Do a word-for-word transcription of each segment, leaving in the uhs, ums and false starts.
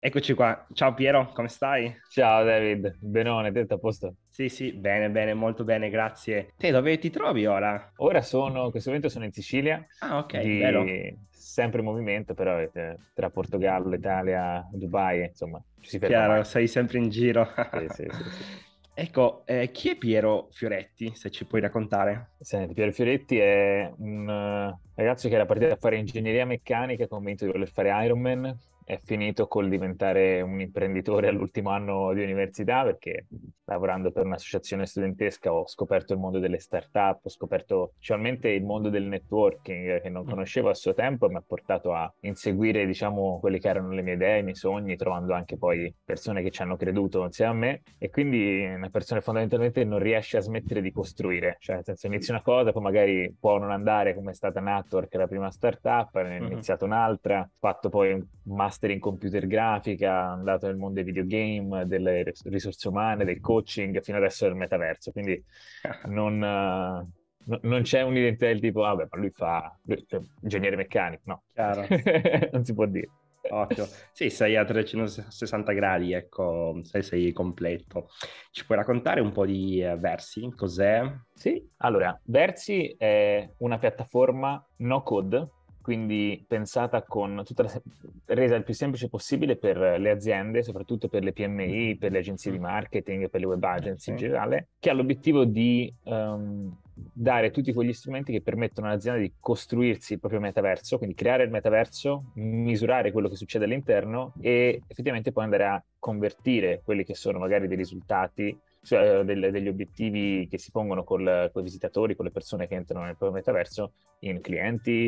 Eccoci qua. Ciao Piero, come stai? Ciao David, benone, te tutto a posto? Sì, sì, bene, bene, molto bene, grazie. Te dove ti trovi ora? Ora sono, in questo momento sono in Sicilia, Ah, ok, bello. di sempre in movimento, però eh, tra Portogallo, Italia, Dubai, insomma, ci si ferma Chiaro, mai. sei sempre in giro. Sì, sì, sì, sì. Ecco, eh, chi è Piero Fioretti, se ci puoi raccontare? Senti, Piero Fioretti è un eh, ragazzo che era partito a fare ingegneria meccanica, convinto di voler fare Ironman, è finito col diventare un imprenditore all'ultimo anno di università perché lavorando per un'associazione studentesca ho scoperto il mondo delle start-up, ho scoperto specialmente il mondo del networking eh, che non Mm. conoscevo a suo tempo e mi ha portato a inseguire, diciamo, quelle che erano le mie idee, i miei sogni, trovando anche poi persone che ci hanno creduto insieme a me e quindi una persona che fondamentalmente non riesce a smettere di costruire, cioè nel senso inizia una cosa, poi magari può non andare come è stata Natwork, la prima startup, ne è Mhm. iniziata un'altra, ho fatto poi un master in computer grafica, andato nel mondo dei videogame, delle ris- risorse umane, del coaching, fino adesso del metaverso, quindi non... eh, no- non c'è un'identità del tipo, vabbè, ma lui fa lui- cioè, ingegnere meccanico, no, Chiaro. non si può dire. Ottimo. Sì, sei a trecentosessanta gradi, ecco, sei, sei completo. Ci puoi raccontare un po' di eh, Versi? Cos'è? Sì, allora, Versi è una piattaforma no code, quindi pensata con tutta la, resa il più semplice possibile per le aziende, soprattutto per le P M I, per le agenzie di Mm. marketing, per le web agency in Sì. generale, che ha l'obiettivo di ehm, dare tutti quegli strumenti che permettono all'azienda di costruirsi il proprio metaverso, quindi creare il metaverso, misurare quello che succede all'interno e effettivamente poi andare a convertire quelli che sono magari dei risultati cioè, del- degli obiettivi che si pongono col- con i visitatori, con le persone che entrano nel proprio metaverso, in clienti,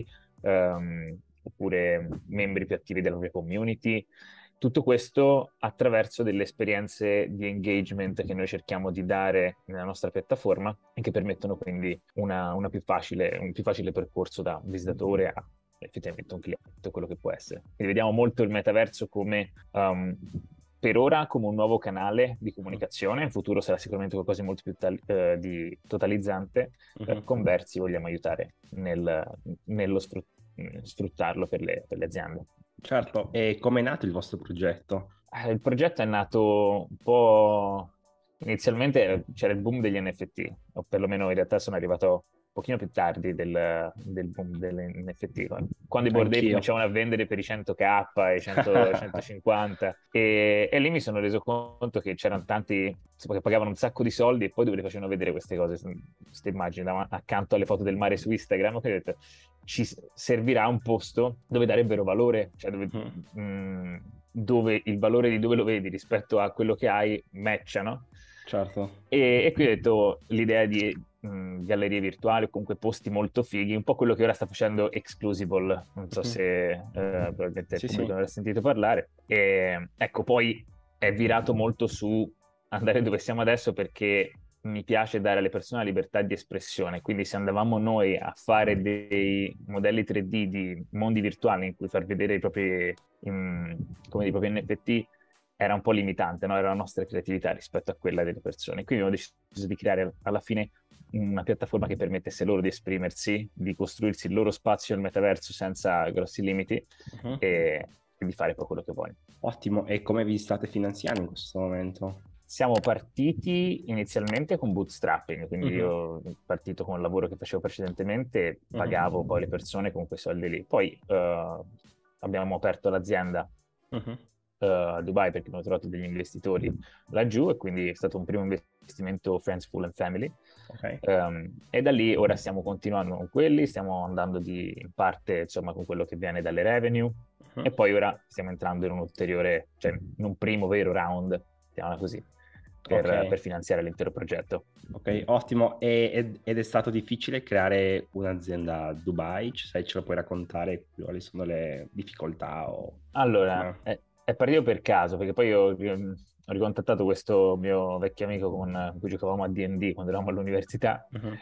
ehm, oppure membri più attivi della propria community. Tutto questo attraverso delle esperienze di engagement che noi cerchiamo di dare nella nostra piattaforma e che permettono quindi una, una più facile, un più facile percorso da visitatore a effettivamente un cliente, quello che può essere. Quindi vediamo molto il metaverso come um, per ora come un nuovo canale di Mhm. comunicazione, in futuro sarà sicuramente qualcosa di molto più tal- eh, di totalizzante. Eh, Mhm. con Versi vogliamo aiutare nel- nello sfrut- sfruttarlo per le, per le aziende. Certo. E com'è nato il vostro progetto? Eh, Il progetto è nato un po'... Inizialmente eh, c'era il boom degli N F T, o perlomeno in realtà sono arrivato un pochino più tardi del, del boom degli N F T. Quando i Bored Ape Anch'io. cominciavano a vendere per i cento k, i cento, centocinquanta, e, e lì mi sono reso conto che c'erano tanti insomma, che pagavano un sacco di soldi e poi dove le facevano vedere queste cose, queste immagini dav- accanto alle foto del mare su Instagram, che ho detto ci servirà un posto dove dare vero valore, cioè dove, Mhm. mh, dove il valore di dove lo vedi rispetto a quello che hai matchano. Certo. E, e qui ho detto l'idea di mh, gallerie virtuali o comunque posti molto fighi, un po' quello che ora sta facendo Exclusible, non so Mhm. se eh, probabilmente il Sì, pubblico sì. ne avrà sentito parlare. E, ecco, poi è virato molto su andare dove siamo adesso perché mi piace dare alle persone la libertà di espressione, quindi se andavamo noi a fare dei modelli tre D di mondi virtuali in cui far vedere i propri, mm, come i propri N F T, era un po' limitante, no? Era la nostra creatività rispetto a quella delle persone. Quindi abbiamo deciso di creare alla fine una piattaforma che permettesse loro di esprimersi, di costruirsi il loro spazio nel metaverso senza grossi limiti Mhm. e, e di fare poi quello che vogliono. Ottimo. E come vi state finanziando in questo momento? Siamo partiti inizialmente con bootstrapping, quindi Mhm. io partito con il lavoro che facevo precedentemente, pagavo Mhm. poi le persone con quei soldi lì. Poi eh, abbiamo aperto l'azienda Mhm. eh, a Dubai perché abbiamo trovato degli investitori laggiù e quindi è stato un primo investimento Friends, Full and Family. Ok. Ehm, e da lì ora stiamo continuando con quelli, stiamo andando di, in parte insomma con quello che viene dalle revenue Mhm. e poi ora stiamo entrando in un ulteriore, cioè in un primo vero round, chiamiamola così, Ok. per, per finanziare l'intero progetto. Ok, ottimo. E- ed, ed è stato difficile creare un'azienda a Dubai? Ci- sai, ce lo puoi raccontare quali sono le difficoltà o... Allora, Ma... è, è partito per caso, perché poi io ehm, ho ricontattato questo mio vecchio amico con con cui giocavamo a D and D quando eravamo all'università Mhm.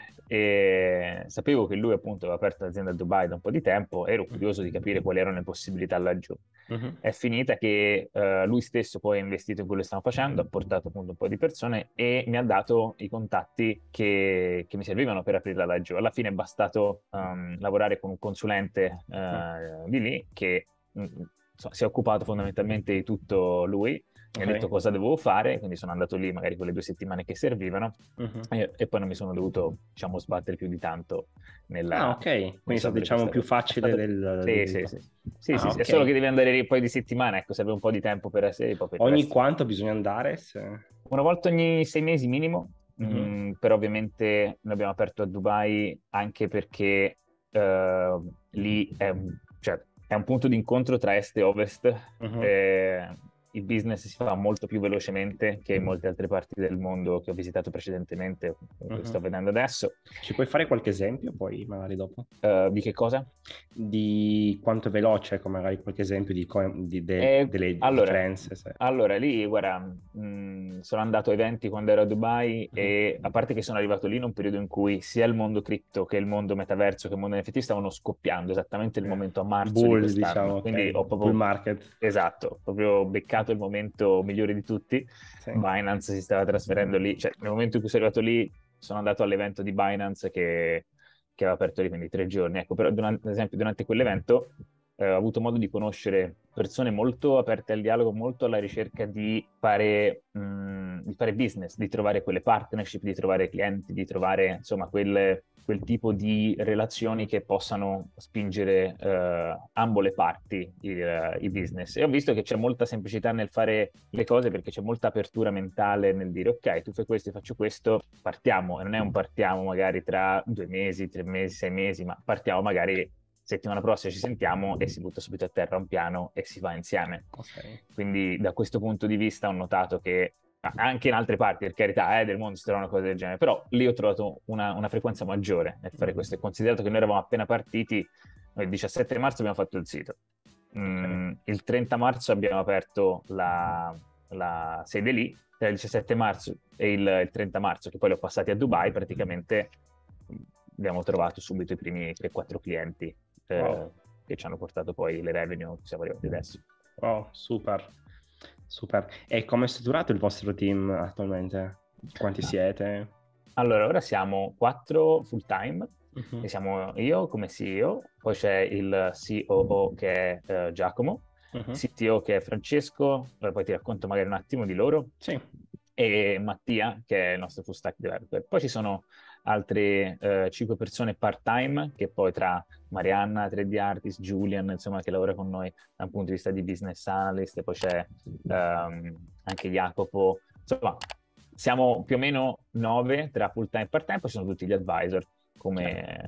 e sapevo che lui appunto aveva aperto un'azienda a Dubai da un po' di tempo, ero curioso di capire quali erano le possibilità laggiù. Mhm. È finita che eh, lui stesso poi ha investito in quello che stiamo facendo, ha portato appunto un po' di persone e mi ha dato i contatti che, che mi servivano per aprirla laggiù. Alla fine è bastato ehm, lavorare con un consulente Mhm. eh, di lì che mh, insomma, si è occupato fondamentalmente di tutto lui. Mi ha Ok. detto cosa dovevo fare, quindi sono andato lì magari quelle due settimane che servivano Mhm. e, e poi non mi sono dovuto, diciamo, sbattere più di tanto Ah, nella, ok. nel Quindi è stato, risolvere diciamo, questa più cosa. È facile stato... del, Sì, sì, dovuto. sì. Sì, sì, Ah, sì. È solo che ok. devi andare lì un paio di settimane, ecco, serve un po' di tempo per essere, poi per il Ogni resto. quanto bisogna andare? Se... Una volta ogni sei mesi minimo, Mhm. mm, però ovviamente noi abbiamo aperto a Dubai anche perché eh, lì è, un- cioè, è un punto di incontro tra est e ovest. Mhm. eh, il business si fa molto più velocemente che in molte altre parti del mondo che ho visitato precedentemente, che Mhm. sto vedendo adesso. Ci puoi fare qualche esempio poi, magari dopo? Eh, di che cosa? Di quanto è veloce, come magari qualche esempio di, co- di- de- Eh, delle allora, differenze. Se... allora, lì, guarda, mh, sono andato a eventi quando ero a Dubai Mhm. e a parte che sono arrivato lì in un periodo in cui sia il mondo cripto che il mondo metaverso che il mondo N F T stavano scoppiando, esattamente il Eh, momento a marzo di Bull, quest'anno. diciamo, Quindi ok. ho Bull proprio, market. esatto, ho proprio beccato il momento migliore di tutti. Sì. Binance si stava trasferendo lì, cioè nel momento in cui sono arrivato lì sono andato all'evento di Binance che, che aveva aperto lì, quindi tre giorni. Ecco, però durante, ad esempio durante quell'evento eh, ho avuto modo di conoscere persone molto aperte al dialogo, molto alla ricerca di fare, mh, di fare business, di trovare quelle partnership, di trovare clienti, di trovare insomma quel, quel tipo di relazioni che possano spingere eh, ambo le parti il, il business. E ho visto che c'è molta semplicità nel fare le cose perché c'è molta apertura mentale nel dire ok, tu fai questo, io faccio questo, partiamo. E non è un partiamo magari tra due mesi, tre mesi, sei mesi, ma partiamo magari settimana prossima ci sentiamo e si butta subito a terra un piano e si va insieme. Ok. Quindi da questo punto di vista ho notato che anche in altre parti, per carità, eh, del mondo si trovano cose del genere, però lì ho trovato una, una frequenza maggiore nel fare Mhm. questo. E considerato che noi eravamo appena partiti, noi il diciassette marzo abbiamo fatto il sito, Ok. Mm, il trenta marzo abbiamo aperto la, la sede lì, tra il diciassette marzo e il, il trenta marzo, che poi li ho passati a Dubai, praticamente mm, abbiamo trovato subito i primi tre quattro clienti Wow. eh, che ci hanno portato poi le revenue che siamo arrivati adesso. Wow, super. Super. E come è strutturato il vostro team attualmente? Quanti siete? Allora, ora siamo quattro full time, Mhm. e siamo io come C E O, poi c'è il C O O che è eh, Giacomo, Mhm. C T O che è Francesco, eh, poi ti racconto magari un attimo di loro, Sì. e Mattia che è il nostro full stack developer. Poi ci sono altre eh, cinque persone part-time che poi tra Marianna, tre D Artist, Julian, insomma, che lavora con noi da un punto di vista di business analyst, e poi c'è ehm, anche Jacopo, insomma, siamo più o meno nove tra full-time e part-time, poi ci sono tutti gli advisor, Chiaro. come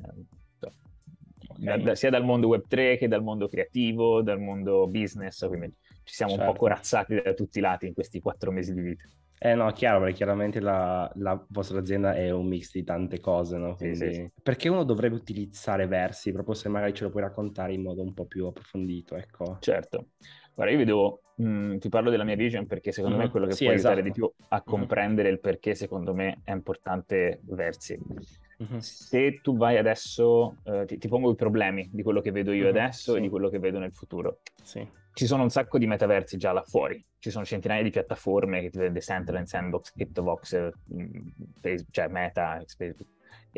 da- Ok. da- sia dal mondo web tre che dal mondo creativo, dal mondo business, quindi ci siamo un po' Certo. corazzati da tutti i lati in questi quattro mesi di vita. Eh no, chiaro, perché chiaramente la, la vostra azienda è un mix di tante cose, no? Sì, sì, sì. Quindi perché uno dovrebbe utilizzare Versi? Proprio se magari ce lo puoi raccontare in modo un po' più approfondito, ecco. Certo. Guarda, io vedo, mh, ti parlo della mia vision perché secondo me è Mhm. quello che Sì, può aiutare di esatto. più a Mhm. comprendere il perché secondo me è importante Versi. Mhm. Se tu vai adesso, eh, ti, ti pongo i problemi di quello che vedo io Mhm. adesso e di Sì, quello che vedo nel futuro. sì, Ci sono un sacco di metaversi già là fuori, ci sono centinaia di piattaforme che ti vede Decentraland, Sandbox, CryptoVox, eh, mh, Facebook, cioè Meta, Facebook,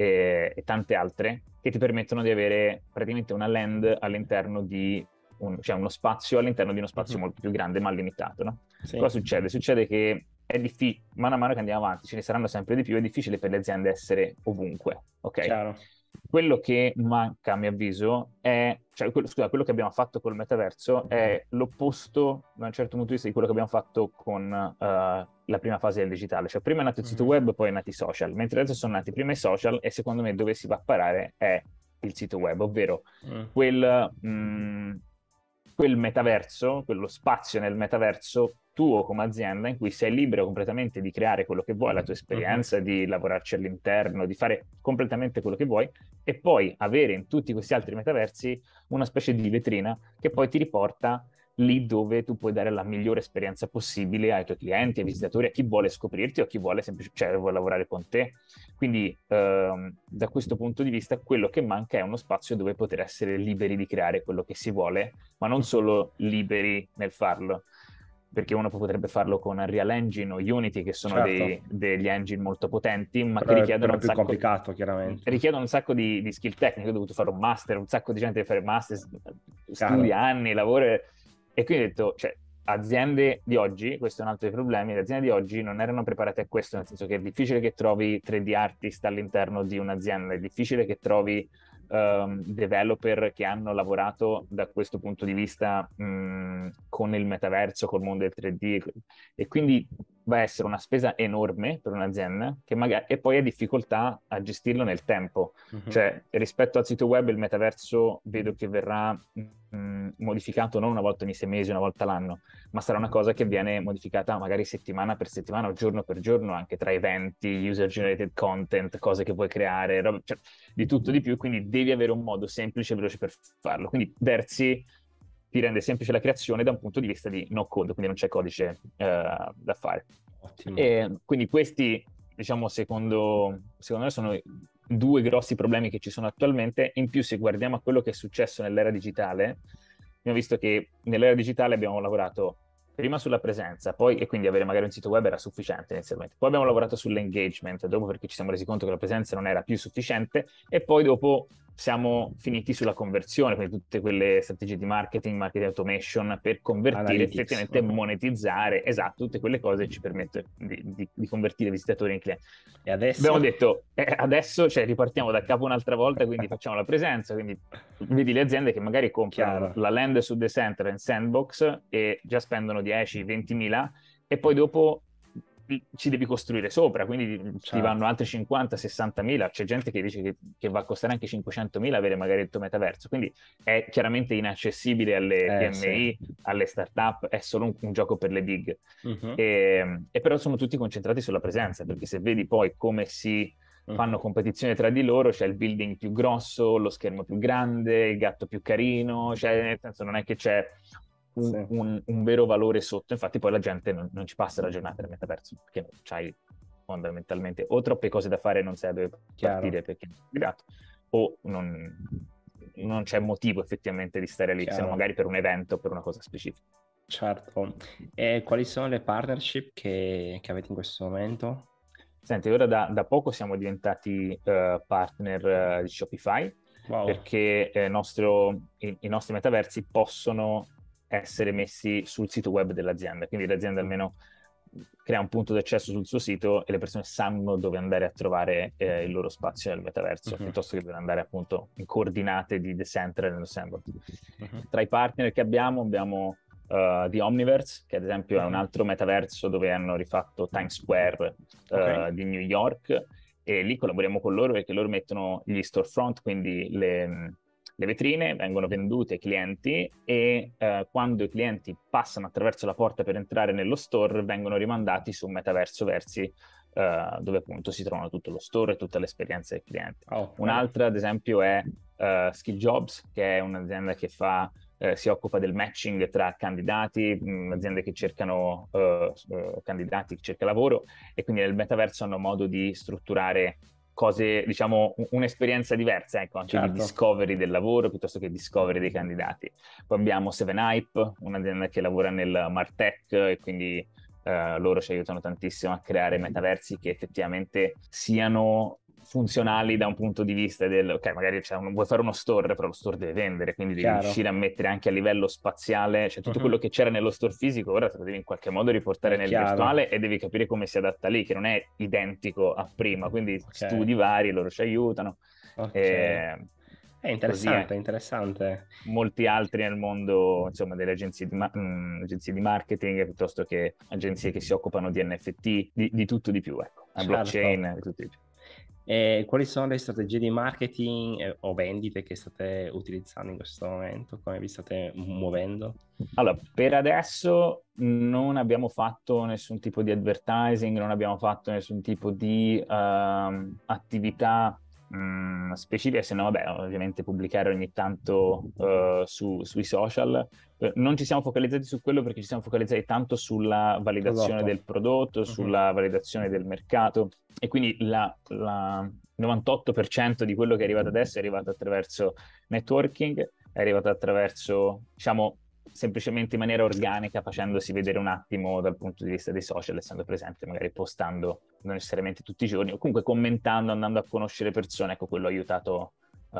e, e tante altre che ti permettono di avere praticamente una land all'interno di un, cioè uno spazio all'interno di uno spazio Mhm. molto più grande ma limitato, no? Sì, Cosa succede? Succede che è difficile, mano a mano che andiamo avanti, ce ne saranno sempre di più, è difficile per le aziende essere ovunque, ok? chiaro. Quello che manca, a mio avviso, è, cioè, quello, scusa, quello che abbiamo fatto col metaverso è l'opposto, da un certo punto di vista, di quello che abbiamo fatto con uh, la prima fase del digitale. Cioè, prima è nato il sito Mhm. web, poi è nato i social, mentre adesso sono nati prima i social e secondo me dove si va a parare è il sito web, ovvero Mm. quel, mh, quel metaverso, quello spazio nel metaverso tuo come azienda in cui sei libero completamente di creare quello che vuoi, la tua Mhm. esperienza, di lavorarci all'interno, di fare completamente quello che vuoi e poi avere in tutti questi altri metaversi una specie di vetrina che poi ti riporta lì dove tu puoi dare la migliore esperienza possibile ai tuoi clienti, ai visitatori, a chi vuole scoprirti o a chi vuole semplicemente cioè, vuole lavorare con te. Quindi ehm, da questo punto di vista quello che manca è uno spazio dove poter essere liberi di creare quello che si vuole, ma non Mhm. solo liberi nel farlo, perché uno potrebbe farlo con Unreal Engine o Unity, che sono Certo, dei, degli engine molto potenti, ma che però è, però richiedono è un più sacco, complicato, chiaramente. richiedono un sacco di, di skill tecniche. Ho dovuto fare un master, un sacco di gente deve fare master, Chiaro. studia anni, lavora E quindi ho detto, cioè, aziende di oggi, questo è un altro dei problemi, le aziende di oggi non erano preparate a questo, nel senso che è difficile che trovi tre D artist all'interno di un'azienda, è difficile che trovi um, developer che hanno lavorato da questo punto di vista mh, con il metaverso, col mondo del tre D, e quindi va a essere una spesa enorme per un'azienda che magari, e poi ha difficoltà a gestirlo nel tempo. Mhm. Cioè, rispetto al sito web, il metaverso vedo che verrà mh, modificato non una volta ogni sei mesi, una volta l'anno, ma sarà una cosa che viene modificata magari settimana per settimana o giorno per giorno, anche tra eventi, user-generated content, cose che vuoi creare, roba- cioè, di tutto di più, quindi devi avere un modo semplice e veloce per farlo. Quindi Verzi ti rende semplice la creazione da un punto di vista di no code, quindi non c'è codice eh, da fare. Ottimo. E quindi questi, diciamo, secondo, secondo me sono i due grossi problemi che ci sono attualmente. In più, se guardiamo a quello che è successo nell'era digitale, abbiamo visto che nell'era digitale abbiamo lavorato prima sulla presenza, poi, e quindi avere magari un sito web era sufficiente inizialmente. Poi abbiamo lavorato sull'engagement, dopo perché ci siamo resi conto che la presenza non era più sufficiente, e poi dopo siamo finiti sulla conversione, quindi tutte quelle strategie di marketing, marketing automation per convertire, Analytics. effettivamente Mhm. monetizzare, esatto, tutte quelle cose che ci permettono di, di, di convertire visitatori in clienti. E adesso? Abbiamo detto, eh, adesso cioè, ripartiamo da capo un'altra volta, quindi facciamo la presenza, quindi vedi le aziende che magari comprano Chiaro. la land su Decentraland Sandbox e già spendono dieci venti mila e poi dopo ci devi costruire sopra, quindi ti vanno Certo. altri cinquanta sessanta mila. C'è gente che dice che, che va a costare anche cinquecento mila avere magari il tuo metaverso, quindi è chiaramente inaccessibile alle Eh, sì. P M I, alle startup, è solo un, un gioco per le big. Mhm. E, e però sono tutti concentrati sulla presenza, perché se vedi poi come si fanno Mhm. competizione tra di loro, c'è il building più grosso, lo schermo più grande, il gatto più carino, cioè nel senso non è che c'è un, Sì. un- un vero valore sotto. Infatti poi la gente non, non ci passa la giornata nel metaverso, perché c'hai fondamentalmente o troppe cose da fare e non sai da dove Chiaro. partire perché è obbligato, o non, non c'è motivo effettivamente di stare lì, se Chiaro. non magari per un evento o per una cosa specifica. Certo. E quali sono le partnership che, che avete in questo momento? Senti, ora da, da poco siamo diventati eh, partner eh, di Shopify, Wow. perché eh, nostro- i, i nostri metaversi possono essere messi sul sito web dell'azienda, quindi l'azienda almeno crea un punto di accesso sul suo sito e le persone sanno dove andare a trovare eh, il loro spazio nel metaverso, Mhm. piuttosto che dover andare appunto in coordinate di Decentraland e Sandbox. Mhm. Tra i partner che abbiamo abbiamo uh, The Omniverse, che ad esempio è un Mhm. altro metaverso dove hanno rifatto Times Square uh, Ok. di New York, e lì collaboriamo con loro perché loro mettono gli storefront, quindi le, le vetrine vengono vendute ai clienti e eh, quando i clienti passano attraverso la porta per entrare nello store vengono rimandati su un metaverso Versi eh, dove appunto si trovano tutto lo store e tutta l'esperienza del cliente. Oh, bello. Un'altra ad esempio è uh, Skill Jobs, che è un'azienda che fa eh, si occupa del matching tra candidati, mh, aziende che cercano uh, uh, candidati, che cerca lavoro, e quindi nel metaverso hanno modo di strutturare cose, diciamo, un'esperienza diversa, ecco, anche di Certo. discovery del lavoro piuttosto che discovery dei candidati. Poi abbiamo Seven Hype, un'azienda che lavora nel Martech e quindi eh, loro ci aiutano tantissimo a creare metaversi che effettivamente siano funzionali da un punto di vista del, ok, magari c'è un, vuoi fare uno store, però lo store deve vendere, quindi devi Chiaro. riuscire a mettere anche a livello spaziale, cioè tutto Mhm. quello che c'era nello store fisico, ora te lo devi in qualche modo riportare È nel chiaro. virtuale e devi capire come si adatta lì, che non è identico a prima, quindi Ok. studi vari, loro ci aiutano. Ok. E È così è. interessante, interessante. Molti altri nel mondo, insomma, delle agenzie di, ma- mh, agenzie di marketing, piuttosto che agenzie che si occupano di N F T, di, di tutto di più, ecco, a Certo. blockchain, di tutto di più. E quali sono le strategie di marketing eh, o vendite che state utilizzando in questo momento? Come vi state muovendo? Allora, per adesso non abbiamo fatto nessun tipo di advertising, non abbiamo fatto nessun tipo di ehm, attività mh, specifica, se no, vabbè, ovviamente pubblicare ogni tanto eh, su- sui social. Eh, Non ci siamo focalizzati su quello perché ci siamo focalizzati tanto sulla validazione Prodotto. del prodotto, Mhm. sulla validazione del mercato, e quindi la, la il novantotto per cento di quello che è arrivato adesso è arrivato attraverso networking, è arrivato attraverso, diciamo, semplicemente in maniera organica, facendosi vedere un attimo dal punto di vista dei social, essendo presente, magari postando non necessariamente tutti i giorni, o comunque commentando, andando a conoscere persone. Ecco, quello ha aiutato uh,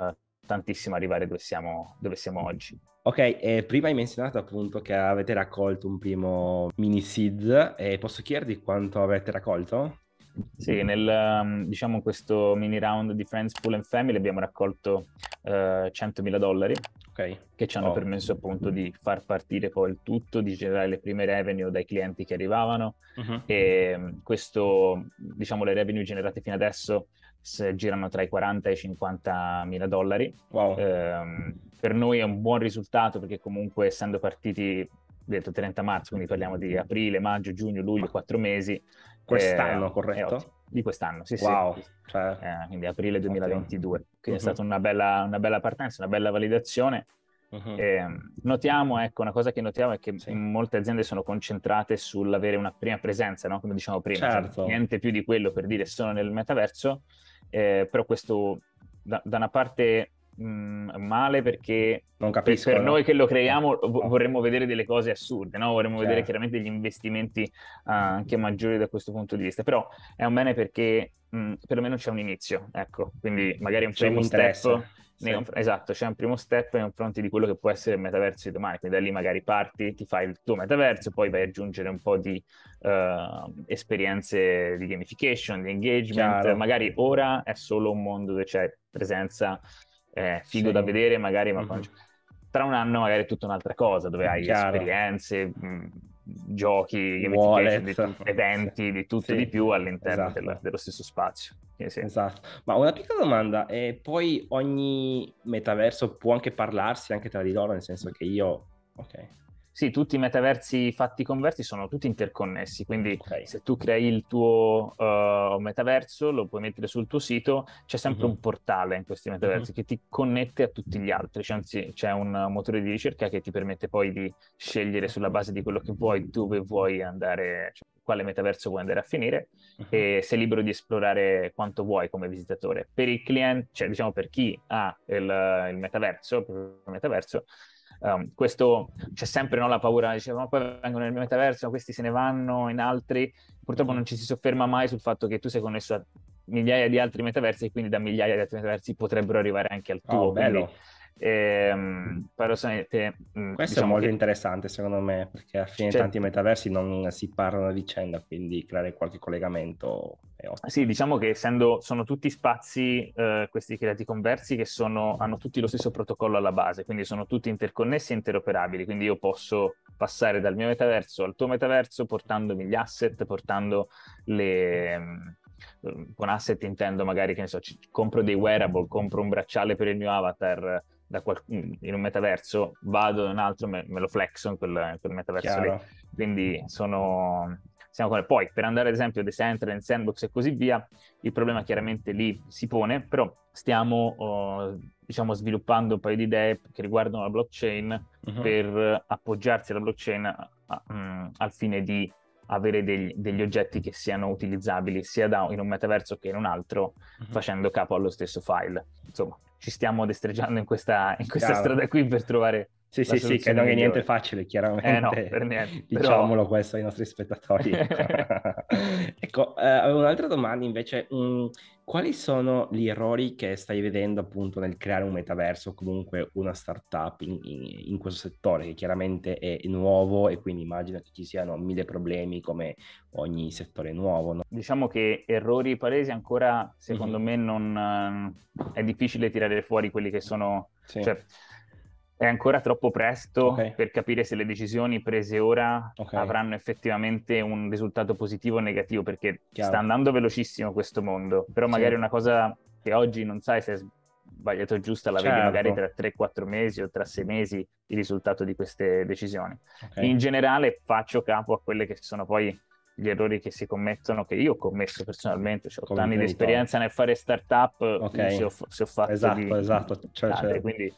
tantissimo arrivare dove siamo, dove siamo oggi. Ok, e prima hai menzionato appunto che avete raccolto un primo mini seed, e posso chiederti quanto avete raccolto? Sì, nel, um, diciamo, questo mini round di Friends, Fool and Family abbiamo raccolto uh, centomila dollari, Ok, che ci hanno wow. permesso appunto di far partire poi il tutto, di generare le prime revenue dai clienti che arrivavano. Mhm. E um, questo, diciamo, le revenue generate fino adesso s- girano tra i quaranta e i cinquanta mila dollari. Wow, Ehm, per noi è un buon risultato perché comunque essendo partiti, detto trenta marzo, quindi parliamo di aprile, maggio, giugno, luglio, quattro mesi, eh, quest'anno, è ottimo. corretto? Di quest'anno, sì, sì. Wow, cioè, Eh, quindi aprile ottimo. duemilaventidue. Quindi è Mhm, stata una bella, una bella partenza, una bella validazione. mhm. Eh, notiamo, ecco, una cosa che notiamo è che Sì, molte aziende sono concentrate sull'avere una prima presenza, no? Come diciamo prima, cioè certo, niente più di quello per dire sono nel metaverso, eh, però questo da, da una parte mh, male perché non per, capisco, per noi no? che lo Eh, creiamo vo- oh, vorremmo vedere delle cose assurde, no? Vorremmo vedere chiaro. chiaramente degli investimenti ah, anche maggiori da questo punto di vista, però è un bene perché mh, perlomeno c'è un inizio, ecco, quindi magari un C'è un primo interesse, step nei sì. conf- esatto, c'è un primo step nei confronti di quello che può essere il metaverso di domani, quindi da lì magari parti, ti fai il tuo metaverso, poi vai ad aggiungere un po' di eh, esperienze di gamification, di engagement, Chiaro, magari ora è solo un mondo dove c'è presenza, eh, figo da sì. vedere, magari, ma quando Mhm. c'è- tra un anno magari è tutta un'altra cosa, dove hai Chiaro. esperienze, mh, giochi, gamification, Wallet, di tu- sì, eventi, di tutto di sì, più all'interno del- esatto, dello stesso spazio. Quindi sì. esatto. Ma una piccola domanda, e poi ogni metaverso può anche parlarsi anche tra di loro, nel senso che io... Ok, Sì, tutti i metaversi fatti conversi sono tutti interconnessi, quindi ok. se tu crei il tuo uh, metaverso, lo puoi mettere sul tuo sito, c'è sempre Mhm, un portale in questi mhm, metaversi che ti connette a tutti gli altri, cioè, anzi c'è un motore di ricerca che ti permette poi di scegliere sulla base di quello che vuoi, dove vuoi andare, cioè, quale metaverso vuoi andare a finire mhm. e sei libero di esplorare quanto vuoi come visitatore. Per il cliente, cioè diciamo per chi ha il, il metaverso, il proprio metaverso, Um, questo c'è sempre no, la paura, diceva, ma poi vengono nel mio metaverso, questi se ne vanno in altri. Purtroppo Mhm. non ci si sofferma mai sul fatto che tu sei connesso a migliaia di altri metaversi e quindi da migliaia di altri metaversi potrebbero arrivare anche al Oh, tuo. Quindi, bello. ehm, paradossalmente, mh, Questo è diciamo molto che interessante secondo me, perché alla fine c'è tanti metaversi non si parlano a vicenda, quindi creare qualche collegamento è sì, ottimo. diciamo che essendo, sono tutti spazi, eh, questi creati conversi, che sono, hanno tutti lo stesso protocollo alla base, quindi sono tutti interconnessi e interoperabili, quindi io posso passare dal mio metaverso al tuo metaverso portandomi gli asset, portando le... mh, con asset intendo magari, che ne so, ci- compro dei wearable, compro un bracciale per il mio avatar da qual- in un metaverso, vado in un altro, me, me lo flexo in quel, in quel metaverso lì. Chiaro. Quindi sono siamo come... Poi, per andare ad esempio a Decentraland, Sandbox e così via, il problema chiaramente lì si pone, però stiamo oh, diciamo, sviluppando un paio di idee che riguardano la blockchain Mhm, per appoggiarsi alla blockchain a- a- mh, al fine di avere degli, degli oggetti che siano utilizzabili sia da, in un metaverso che in un altro, mhm. facendo capo allo stesso file. Insomma, ci stiamo destreggiando in questa, in questa Chiaro. strada qui per trovare Sì, la sì, sì, che soluzione non è niente migliore. facile, Eh no, per chiaramente, niente, però... diciamolo questo ai nostri spettatori. Ecco, ecco eh, avevo un'altra domanda invece. Mm, quali sono gli errori che stai vedendo appunto nel creare un metaverso o comunque una startup in, in- in questo settore, che chiaramente è nuovo e quindi immagino che ci siano mille problemi come ogni settore nuovo, no? Diciamo che errori palesi ancora, secondo Mhm, me, non eh, è difficile tirare fuori quelli che sono, sì, cioè è ancora troppo ok, presto per capire se le decisioni prese ora ok, avranno effettivamente un risultato positivo o negativo, perché sta chiaro. andando velocissimo questo mondo, però Sì, magari una cosa che oggi non sai se è sbagliata o giusta, la vedi magari certo, tra tre quattro mesi o tra sei mesi il risultato di queste decisioni. ok. In generale faccio capo a quelle che sono poi gli errori che si commettono, che io ho commesso personalmente, cioè, ho otto Come anni di imprenditore. esperienza nel fare startup, Ok, uh, se ho, se ho fatto esatto, di, esatto, di cioè, cade. cioè, Quindi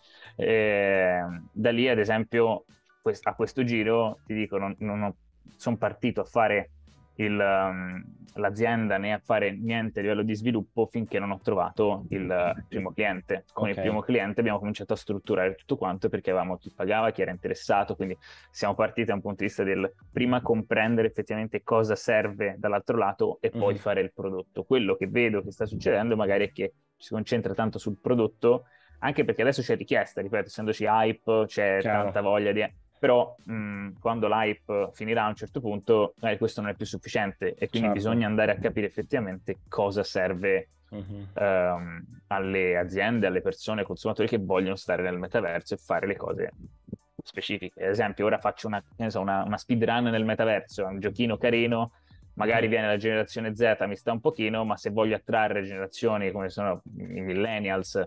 eh, da lì, ad esempio, quest- a questo giro, ti dico, non, non ho- sono partito a fare il, um, l'azienda né a fare niente a livello di sviluppo finché non ho trovato il, il primo cliente. Con il ok. primo cliente abbiamo cominciato a strutturare tutto quanto perché avevamo chi pagava, chi era interessato, quindi siamo partiti da un punto di vista del prima comprendere effettivamente cosa serve dall'altro lato e poi Mhm, fare il prodotto. Quello che vedo che sta succedendo magari è che si concentra tanto sul prodotto, anche perché adesso c'è richiesta, ripeto, essendoci hype, c'è Chiaro. tanta voglia di... Però mh, quando l'hype finirà a un certo punto, magari questo non è più sufficiente e quindi Certo. bisogna andare a capire effettivamente cosa serve Mhm. ehm, alle aziende, alle persone, ai consumatori che vogliono stare nel metaverso e fare le cose specifiche. Ad esempio, ora faccio una, che ne so, una, una speedrun nel metaverso, è un giochino carino, magari Mhm. viene la generazione Z, mi sta un pochino, ma se voglio attrarre generazioni come sono i millennials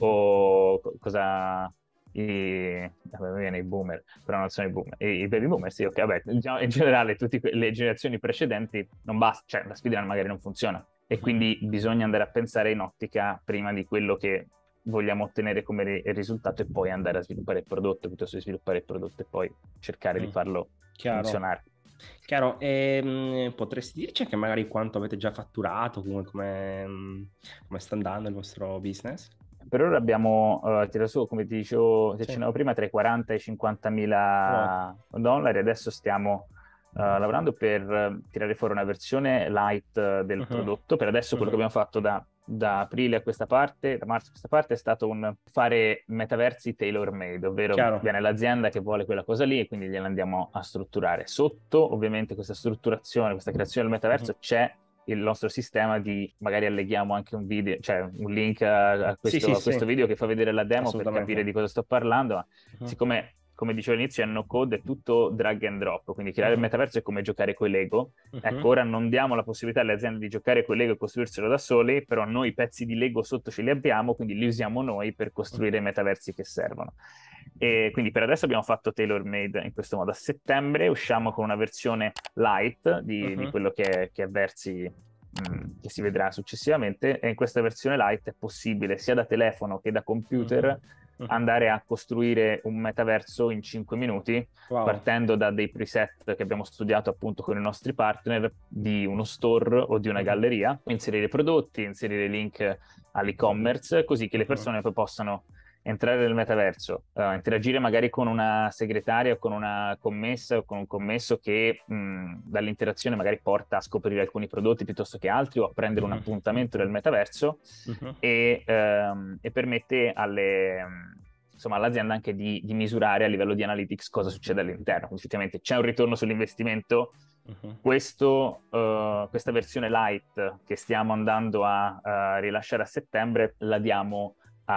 o co- cosa... I, vabbè, mi viene i boomer, però non sono i boomer, i, i baby boomer, sì, ok, vabbè, diciamo, in generale tutte que- le generazioni precedenti non basta, cioè la speedrun magari non funziona e Mhm. quindi bisogna andare a pensare in ottica prima di quello che vogliamo ottenere come ri- risultato e poi andare a sviluppare il prodotto, piuttosto che sviluppare il prodotto e poi cercare di Mm. farlo Chiaro. funzionare. Chiaro, e, potresti dirci anche magari quanto avete già fatturato, come, come, mm, come sta andando il vostro business? Per ora abbiamo eh, tirato su, come ti dicevo, ti Sì. accennavo prima, tra i quaranta e i cinquanta Wow. mila dollari. Adesso stiamo eh, lavorando per eh, tirare fuori una versione light eh, del Mhm. prodotto. Per adesso quello che Mhm. abbiamo fatto da, da aprile a questa parte, da marzo a questa parte, è stato un fare metaversi tailor-made, ovvero Chiaro. viene l'azienda che vuole quella cosa lì e quindi gliela andiamo a strutturare. Sotto, ovviamente, questa strutturazione, questa creazione del Mhm. metaverso c'è il nostro sistema di magari alleghiamo anche un video, cioè un link a, a Sì, questo, sì, a sì, questo video che fa vedere la demo per capire assolutamente. di cosa sto parlando, ma Mhm. siccome, come dicevo all'inizio, è no code, è tutto drag and drop, quindi creare il Mhm. metaverso è come giocare con i Lego. Ecco, Mhm. ora non diamo la possibilità alle aziende di giocare con i Lego e costruirselo da soli, però noi i pezzi di Lego sotto ce li abbiamo, quindi li usiamo noi per costruire i metaversi che servono. E quindi per adesso abbiamo fatto tailor made in questo modo. A settembre usciamo con una versione light di, di Mhm. quello che è, che è Versi mh, che si vedrà successivamente e in questa versione light è possibile sia da telefono che da Mhm. computer Mhm. andare a costruire un metaverso in cinque minuti Wow. partendo da dei preset che abbiamo studiato appunto con i nostri partner di uno store o di una Mhm. galleria, inserire prodotti, inserire link all'e-commerce così che le Mhm. persone poi possano entrare nel metaverso, uh, interagire magari con una segretaria o con una commessa o con un commesso che mh, dall'interazione magari porta a scoprire alcuni prodotti piuttosto che altri o a prendere un Mhm. appuntamento nel metaverso Mhm. e, ehm, e permette alle, insomma, all'azienda anche di, di misurare a livello di analytics cosa succede all'interno. Quindi effettivamente c'è un ritorno sull'investimento. Mhm. Questo, eh, questa versione light che stiamo andando a, a rilasciare a settembre la diamo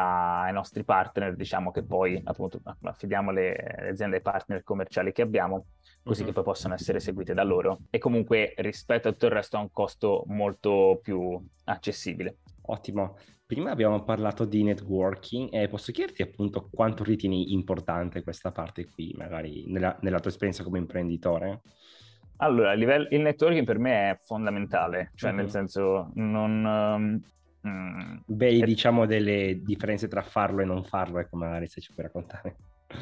ai nostri partner, diciamo che poi appunto affidiamo le, le aziende ai partner commerciali che abbiamo, così che Mhm. poi possono essere seguite da loro. E comunque rispetto a tutto il resto ha un costo molto più accessibile. Ottimo. Prima abbiamo parlato di networking e posso chiederti appunto quanto ritieni importante questa parte qui, magari nella, nella tua esperienza come imprenditore? Allora, a livello- il networking per me è fondamentale, cioè nel Mhm. senso non... ehm, mm, Beh, è- diciamo delle differenze tra farlo e non farlo, ecco, magari se ci puoi raccontare.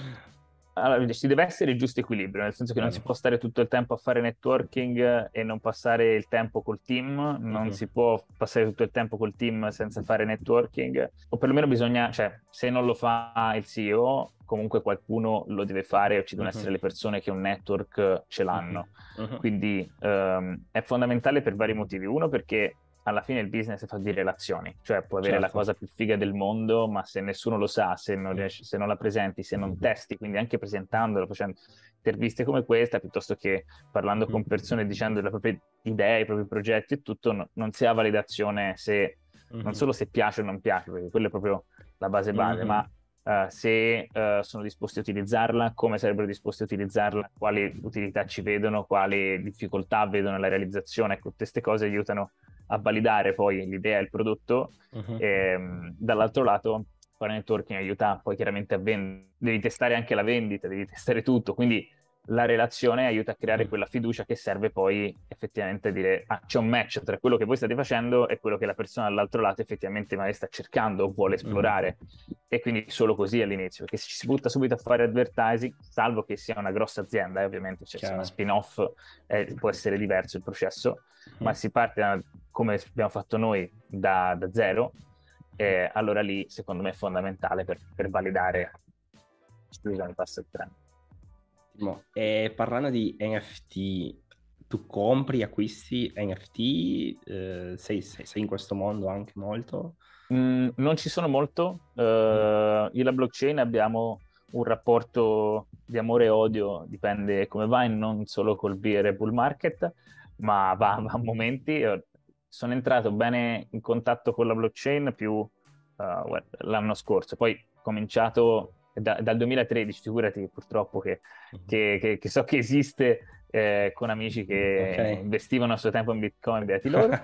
allora, ci deve essere il giusto equilibrio, nel senso che non si Chiaro. può stare tutto il tempo a fare networking e non passare il tempo col team, non Mhm. si può passare tutto il tempo col team senza fare networking, o perlomeno bisogna, cioè, se non lo fa il C E O, comunque qualcuno lo deve fare o ci devono Mhm. essere le persone che un network ce Mhm. l'hanno. Mhm. Quindi ehm, è fondamentale per vari motivi. Uno, perché alla fine il business è fatto di relazioni, cioè puoi avere la Certo. cosa più figa del mondo, ma se nessuno lo sa, se non, Mm. riesci, se non la presenti, se non testi, quindi anche presentandolo, facendo interviste come questa, piuttosto che parlando Mhm. con persone dicendo le proprie idee, i propri progetti e tutto, no- non si ha validazione se non Mhm. solo se piace o non piace, perché quella è proprio la base base, Mhm. ma eh, se eh, sono disposti a utilizzarla, come sarebbero disposti a utilizzarla, quali utilità ci vedono, quali difficoltà vedono nella realizzazione. Ecco, queste cose aiutano a validare poi l'idea e il prodotto. Mhm. E, mh, dall'altro lato, fare networking aiuta poi chiaramente a vendere. Devi testare anche la vendita, devi testare tutto, quindi la relazione aiuta a creare Mhm. quella fiducia che serve poi effettivamente a dire ah, c'è un match tra quello che voi state facendo e quello che la persona dall'altro lato effettivamente magari sta cercando o vuole Mhm. esplorare. E quindi solo così all'inizio, perché se ci si butta subito a fare advertising, salvo che sia una grossa azienda, e ovviamente cioè, se è una Chiaro. spin-off eh, può essere diverso il processo, ma Mhm. si parte da, come abbiamo fatto noi da, da zero, eh, allora lì secondo me è fondamentale per, per validare. Scusa, mi passa il treno. Ottimo. E parlando di N F T, tu compri, acquisti N F T? Eh, sei, sei- sei in questo mondo anche molto? Mm, non ci sono molto. Uh, io e la blockchain abbiamo un rapporto di amore e odio, dipende come va, e non solo col bear e bull market, ma va, va a momenti. Io sono entrato bene in contatto con la blockchain più uh, guarda, l'anno scorso, poi ho cominciato da- dal duemilatredici, figurati purtroppo che, che- che- che so che esiste, eh, con amici che Ok. investivano a suo tempo in Bitcoin, beati loro.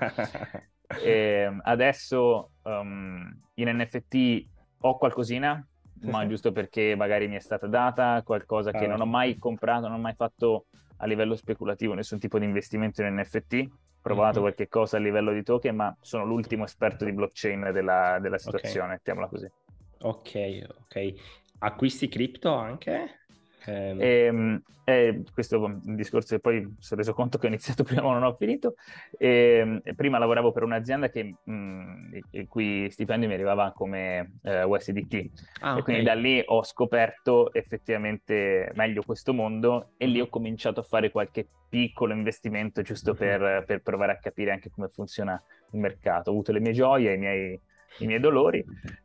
E adesso um, in N F T ho qualcosina, Sì, ma sì. giusto perché magari mi è stata data, qualcosa che non ho Certo. mai comprato, non ho mai fatto a livello speculativo nessun tipo di investimento in N F T. Ho provato Mhm. qualche cosa a livello di token, ma sono l'ultimo esperto di blockchain della, della Ok, situazione, mettiamola così. ok, ok. Acquisti cripto anche? Ehm, E, e questo è un discorso che poi mi sono reso conto che ho iniziato prima ma non ho finito. E, e prima lavoravo per un'azienda che, mh, il cui stipendio mi arrivava come eh, U S D T, Ah, e ok. quindi da lì ho scoperto effettivamente meglio questo mondo, e lì Mhm, ho cominciato a fare qualche piccolo investimento giusto mhm. per, per provare a capire anche come funziona il mercato. Ho avuto le mie gioie, i miei, i miei dolori,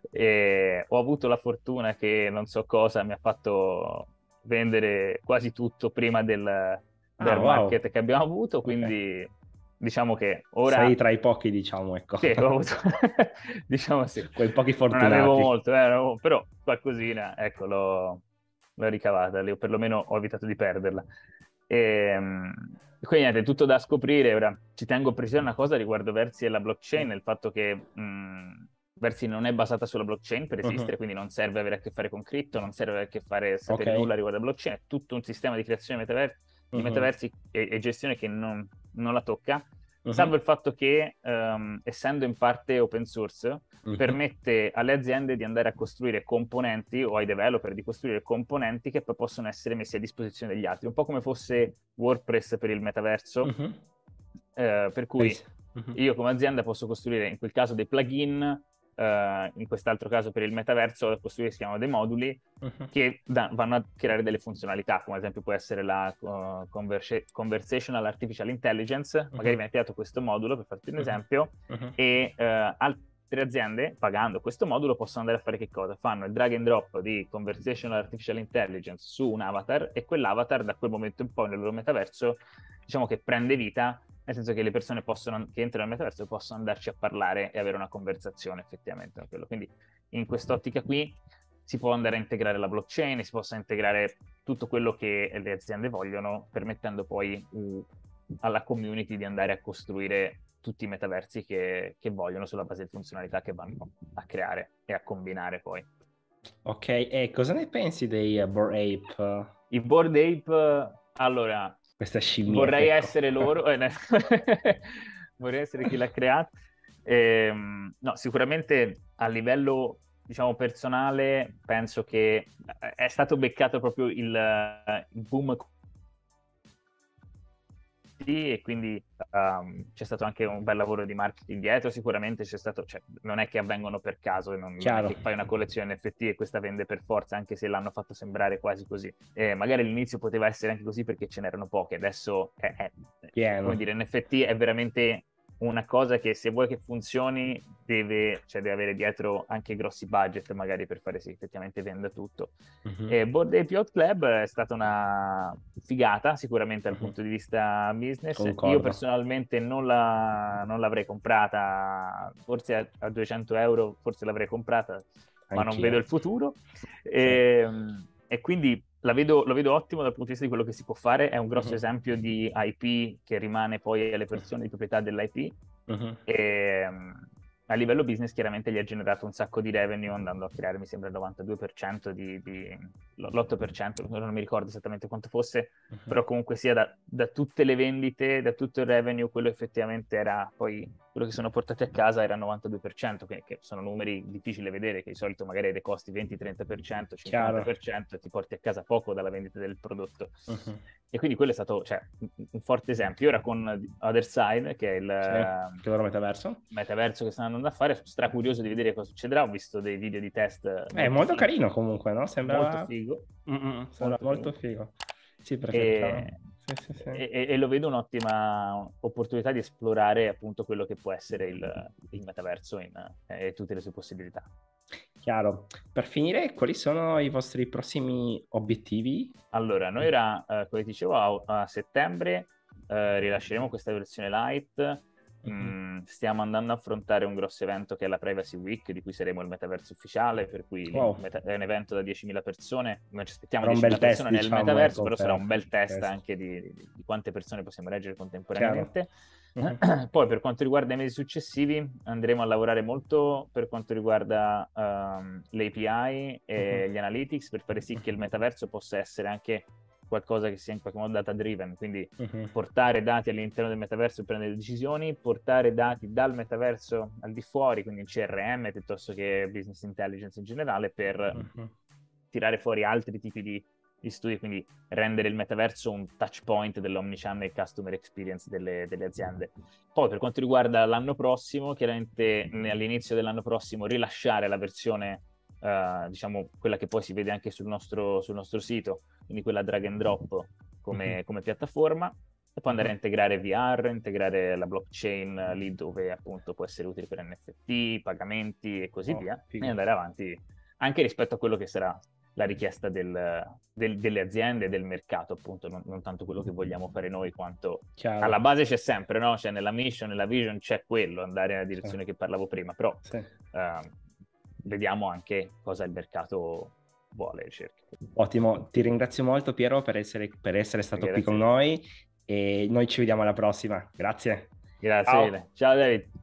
e ho avuto la fortuna che non so cosa mi ha fatto vendere quasi tutto prima del Ah, bear wow. market che abbiamo avuto, Ok. quindi diciamo che Sei ora tra i pochi, diciamo, ecco. sì, ho avuto, diciamo sì, Quei pochi non avevo fortunati. molto, eh, avevo- però qualcosina, ecco, l'ho l'ho ricavata lì, o perlomeno ho evitato di perderla. E, quindi niente, tutto da scoprire. Ora ci tengo a precisare una cosa riguardo Versi e la Sì. blockchain, il fatto che mh, Versi non è basata sulla blockchain per Mhm. esistere, quindi non serve avere a che fare con cripto, non serve avere a che fare Ok. sapere nulla riguardo la blockchain, è tutto un sistema di creazione metaver- di Mhm. metaversi e, e gestione che non, non la tocca, salvo Mhm. il fatto che, ehm, essendo in parte open source, Mhm. permette alle aziende di andare a costruire componenti, o ai developer di costruire componenti che poi possono essere messi a disposizione degli altri, un po' come fosse WordPress per il metaverso, Mhm. eh, per cui Caris- Mhm. io come azienda posso costruire in quel caso dei plugin, eh, in quest'altro caso per il metaverso costruire, si chiamano dei moduli Mhm. che da- vanno a creare delle funzionalità, come ad esempio può essere la uh, converse- Conversational Artificial Intelligence. Magari Mhm. viene creato questo modulo, per farti un Mhm. esempio, Mhm. e uh, altre aziende, pagando questo modulo, possono andare a fare che cosa? Fanno il drag and drop di Conversational Artificial Intelligence su un avatar, e quell'avatar da quel momento in poi nel loro metaverso, diciamo che prende vita, nel senso che le persone possono, che entrano nel metaverso possono andarci a parlare e avere una conversazione effettivamente con quello. Quindi in quest'ottica qui si può andare a integrare la blockchain, si possa integrare tutto quello che le aziende vogliono, permettendo poi uh, alla community di andare a costruire tutti i metaversi che, che vogliono, sulla base di funzionalità che vanno a creare e a combinare poi. Ok, e cosa ne pensi dei uh, Bored Ape? I Bored Ape, allora, Questa scimmietta, vorrei ecco. essere loro, eh, vorrei essere chi l'ha creato. Ehm, no, sicuramente a livello, diciamo, personale, penso che è stato beccato proprio il, il boom, e quindi um, c'è stato anche un bel lavoro di marketing dietro, sicuramente c'è stato, cioè, non è che avvengono per caso, non, non è Chiaro. che fai una collezione N F T e questa vende per forza, anche se l'hanno fatto sembrare quasi così. E magari all'inizio poteva essere anche così perché ce n'erano poche, adesso è, è, come Pieno. dire, N F T è veramente una cosa che, se vuoi che funzioni, deve, cioè, deve avere dietro anche grossi budget magari per fare sì, effettivamente venda tutto. Mhm. E Bored Ape Yacht Club è stata una figata sicuramente dal Mhm. punto di vista business. Io Concordo. personalmente non, la, non l'avrei comprata, forse a, a duecento euro, forse l'avrei comprata, ma non vedo Anch'io. il futuro. Sì. E, e quindi la vedo, lo vedo ottimo dal punto di vista di quello che si può fare. È un grosso Mhm. esempio di I P che rimane poi alle persone di proprietà dell'I P. Mhm. E, a livello business chiaramente gli ha generato un sacco di revenue, andando a creare, mi sembra, il novantadue per cento di, di l'otto per cento, non mi ricordo esattamente quanto fosse, Mhm. però comunque sia da, da tutte le vendite, da tutto il revenue, quello effettivamente era poi quello che sono portati a casa era il novantadue per cento, che, che sono numeri difficili da vedere, che di solito magari hai dei costi venti trenta per cento, cinquanta Chiaro. per cento, e ti porti a casa poco dalla vendita del prodotto. Mhm. E quindi quello è stato, cioè, un forte esempio. Ora con Other Side, che è il Sì. uh, Che loro metaverso? metaverso che stanno andando a fare, sono stracurioso di vedere cosa succederà. Ho visto dei video di test È molto molto fighi, carino comunque, no? molto Sembrava figo, Mm-mm, sembra molto molto figo. figo. Sì, perché E, c'hanno... sì, sì, sì. E, e lo vedo un'ottima opportunità di esplorare appunto quello che può essere il, il metaverso in, eh, e tutte le sue possibilità. Chiaro. Per finire, quali sono i vostri prossimi obiettivi? Allora, noi era, eh, come dicevo, a, a settembre eh, rilasceremo questa versione light. Mhm. Mm, stiamo andando a affrontare un grosso evento che è la Privacy Week, di cui saremo il metaverso ufficiale, per cui il Wow, meta- è un evento da diecimila persone. Noi ci aspettiamo sarà un bel diecimila test, persone nel diciamo, metaverso, ecco, però sarà per un bel il test test. anche di, di- di quante persone possiamo leggere Chiaro. contemporaneamente. Mhm. Poi, per quanto riguarda i mesi successivi, andremo a lavorare molto per quanto riguarda ehm, l'A P I e Mhm. gli analytics, per fare sì che il metaverso possa essere anche qualcosa che sia in qualche modo data driven, quindi Mhm. portare dati all'interno del metaverso per prendere decisioni, portare dati dal metaverso al di fuori, quindi in C R M piuttosto che business intelligence in generale, per Mhm. tirare fuori altri tipi di, di studi, quindi rendere il metaverso un touch point dell'omnichannel customer experience delle, delle aziende. Poi per quanto riguarda l'anno prossimo, chiaramente all'inizio dell'anno prossimo rilasciare la versione, uh, diciamo quella che poi si vede anche sul nostro, sul nostro sito, quindi quella drag and drop come, Mhm. come piattaforma, e poi andare a Mhm. integrare V R, integrare la blockchain lì dove appunto può essere utile per N F T, pagamenti e così Oh, via, e figo. andare avanti anche rispetto a quello che sarà la richiesta del, del, delle aziende e del mercato, appunto, non, non tanto quello che vogliamo fare noi, quanto Chiaro. alla base c'è sempre, no? Cioè nella mission, nella vision c'è quello, andare nella Sì. direzione che parlavo prima, però Sì. eh, vediamo anche cosa il mercato vuole, ricerca. Ottimo, ti ringrazio molto Piero per essere, per essere stato qui con Grazie, noi e noi ci vediamo alla prossima. Grazie. grazie Ciao. mille. Ciao David.